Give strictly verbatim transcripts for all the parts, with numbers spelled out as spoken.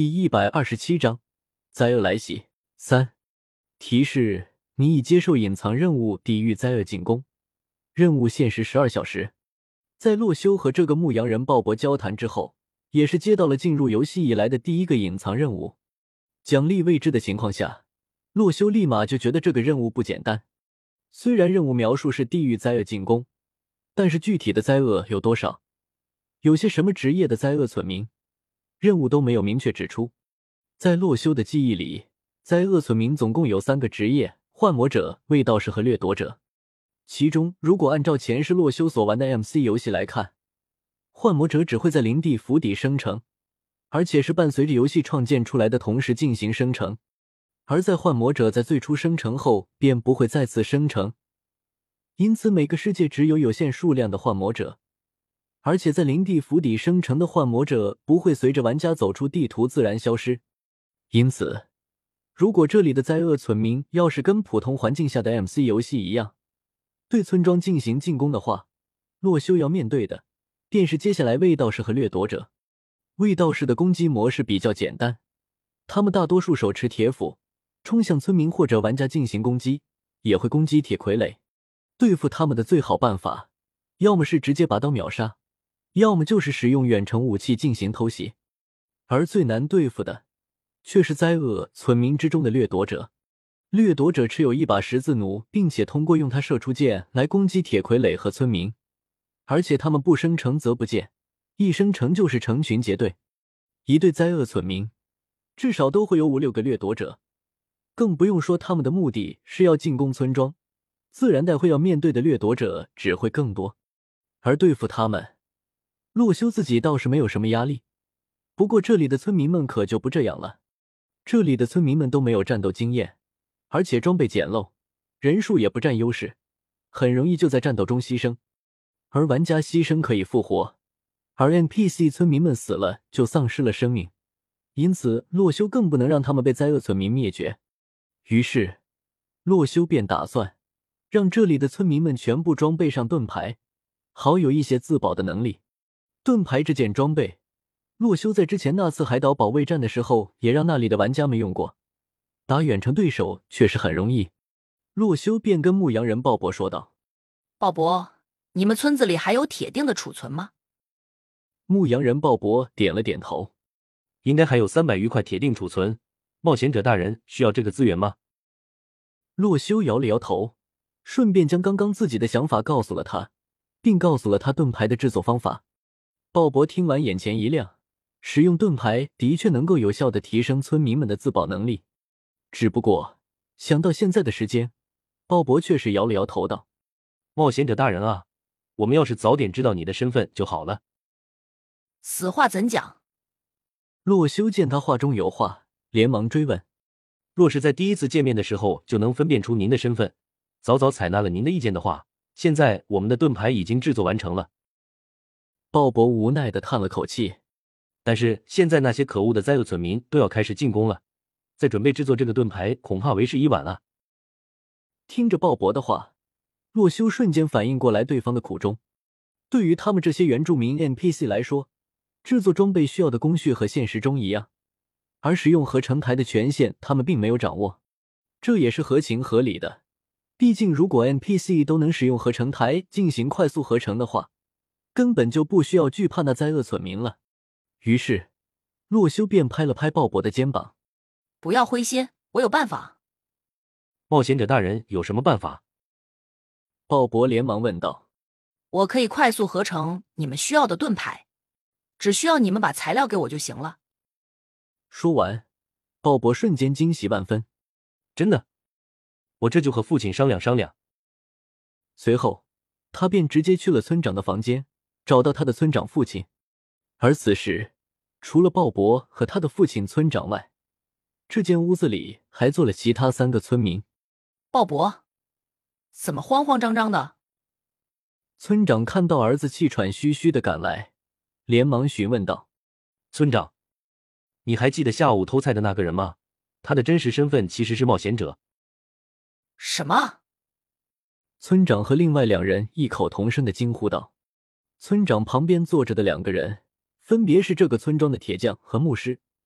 第一百二十七章灾厄来袭三。提示：你已接受隐藏任务抵御灾厄进攻，任务限时十二小时。在洛修和这个牧羊人鲍勃交谈之后，也是接到了进入游戏以来的第一个隐藏任务。奖励未知的情况下，洛修立马就觉得这个任务不简单。虽然任务描述是地狱灾厄进攻，但是具体的灾厄有多少，有些什么职业的灾厄村民，任务都没有明确指出。在洛修的记忆里，灾厄村民总共有三个职业：幻魔者、卫道士和掠夺者。其中，如果按照前世洛修所玩的 M C 游戏来看，幻魔者只会在灵地府邸生成，而且是伴随着游戏创建出来的同时进行生成。而在幻魔者在最初生成后便不会再次生成，因此每个世界只有有限数量的幻魔者。而且在灵地府邸生成的幻魔者不会随着玩家走出地图自然消失。因此，如果这里的灾厄村民要是跟普通环境下的 M C 游戏一样，对村庄进行进攻的话，洛修要面对的便是接下来卫道士和掠夺者。卫道士的攻击模式比较简单，他们大多数手持铁斧，冲向村民或者玩家进行攻击，也会攻击铁傀儡。对付他们的最好办法，要么是直接拔刀秒杀，要么就是使用远程武器进行偷袭。而最难对付的却是灾厄村民之中的掠夺者。掠夺者持有一把十字弩，并且通过用它射出箭来攻击铁傀儡和村民，而且他们不生成则不见，一生成就是成群结队。一队灾厄村民至少都会有五六个掠夺者，更不用说他们的目的是要进攻村庄，自然待会要面对的掠夺者只会更多。而对付他们，洛修自己倒是没有什么压力。不过这里的村民们可就不这样了，这里的村民们都没有战斗经验，而且装备简陋，人数也不占优势，很容易就在战斗中牺牲。而玩家牺牲可以复活，而 N P C 村民们死了就丧失了生命，因此洛修更不能让他们被灾厄村民灭绝。于是洛修便打算让这里的村民们全部装备上盾牌，好有一些自保的能力。盾牌这件装备，洛修在之前那次海岛保卫战的时候也让那里的玩家们用过，打远程对手确实很容易。洛修便跟牧羊人鲍勃说道： 鲍勃，你们村子里还有铁锭的储存吗？ 牧羊人鲍勃点了点头： 应该还有三百余块铁锭储存，冒险者大人需要这个资源吗？ 洛修摇了摇头，顺便将刚刚自己的想法告诉了他，并告诉了他盾牌的制作方法。鲍勃听完眼前一亮，使用盾牌的确能够有效地提升村民们的自保能力。只不过想到现在的时间，鲍勃却是摇了摇头道： 冒险者大人啊，我们要是早点知道你的身份就好了。 此话怎讲？ 洛修见他话中有话，连忙追问： 若是在第一次见面的时候就能分辨出您的身份，早早采纳了您的意见的话，现在我们的盾牌已经制作完成了。 鲍勃无奈地叹了口气： 但是现在那些可恶的灾厄村民都要开始进攻了，再准备制作这个盾牌恐怕为时已晚啊。 听着鲍勃的话，洛修瞬间反应过来对方的苦衷。对于他们这些原住民 N P C 来说，制作装备需要的工序和现实中一样，而使用合成台的权限他们并没有掌握，这也是合情合理的。毕竟如果 N P C 都能使用合成台进行快速合成的话，根本就不需要惧怕那灾厄村民了。于是洛修便拍了拍鲍勃的肩膀： 不要灰心，我有办法。 冒险者大人有什么办法？ 鲍勃连忙问道： 我可以快速合成你们需要的盾牌，只需要你们把材料给我就行了。 说完，鲍勃瞬间惊喜万分： 真的？我这就和父亲商量商量。 随后他便直接去了村长的房间，找到他的村长父亲。而此时除了鲍勃和他的父亲村长外，这间屋子里还坐了其他三个村民。 鲍勃，怎么慌慌张张的？ 村长看到儿子气喘吁吁的赶来，连忙询问道： 村长，你还记得下午偷菜的那个人吗？他的真实身份其实是冒险者。 什么？ 村长和另外两人异口同声的惊呼道。村长旁边坐着的两个人分别是这个村庄的铁匠和牧师，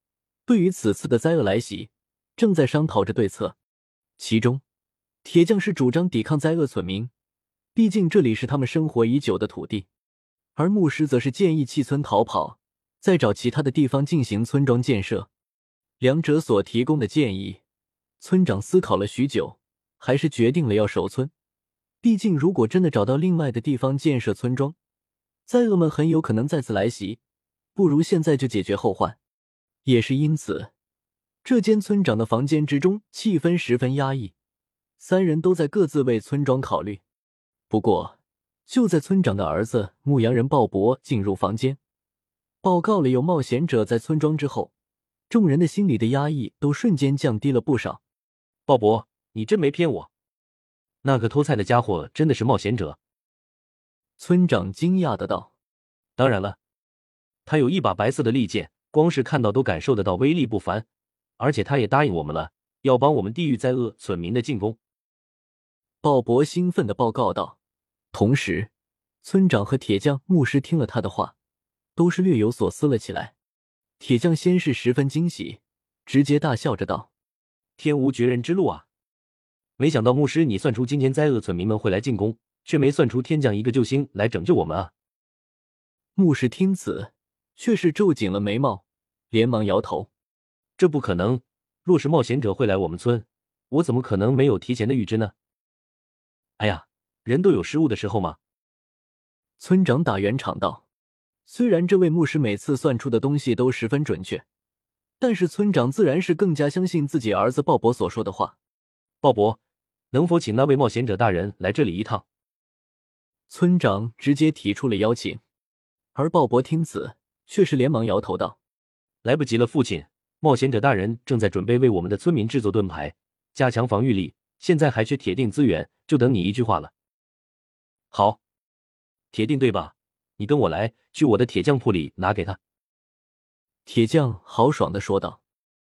对于此次的灾厄来袭，正在商讨着对策。其中，铁匠是主张抵抗灾厄村民，毕竟这里是他们生活已久的土地；而牧师则是建议弃村逃跑，再找其他的地方进行村庄建设。两者所提供的建议，村长思考了许久，还是决定了要守村。毕竟，如果真的找到另外的地方建设村庄，灾厄们很有可能再次来袭，不如现在就解决后患。也是因此，这间村长的房间之中气氛十分压抑，三人都在各自为村庄考虑。不过，就在村长的儿子牧羊人鲍勃进入房间，报告了有冒险者在村庄之后，众人的心里的压抑都瞬间降低了不少。 鲍勃，你真没骗我，那个偷菜的家伙真的是冒险者？ 村长惊讶的道。 当然了，他有一把白色的利剑，光是看到都感受得到威力不凡，而且他也答应我们了，要帮我们地狱灾厄村民的进攻。 鲍勃兴奋地报告道。同时，村长和铁匠、牧师听了他的话，都是略有所思了起来。铁匠先是十分惊喜，直接大笑着道： 天无绝人之路啊！没想到牧师你算出今天灾厄村民们会来进攻，却没算出天降一个救星来拯救我们啊！ 牧师听此，却是皱紧了眉毛，连忙摇头： 这不可能，若是冒险者会来我们村，我怎么可能没有提前的预知呢？哎呀，人都有失误的时候嘛。 村长打圆场道。虽然这位牧师每次算出的东西都十分准确，但是村长自然是更加相信自己儿子鲍勃所说的话。 鲍勃，能否请那位冒险者大人来这里一趟？ 村长直接提出了邀请，而鲍勃听此却是连忙摇头道： 来不及了，父亲，冒险者大人正在准备为我们的村民制作盾牌，加强防御力，现在还缺铁锭资源，就等你一句话了。好，铁锭对吧？你跟我来，去我的铁匠铺里拿给他。 铁匠豪爽地说道。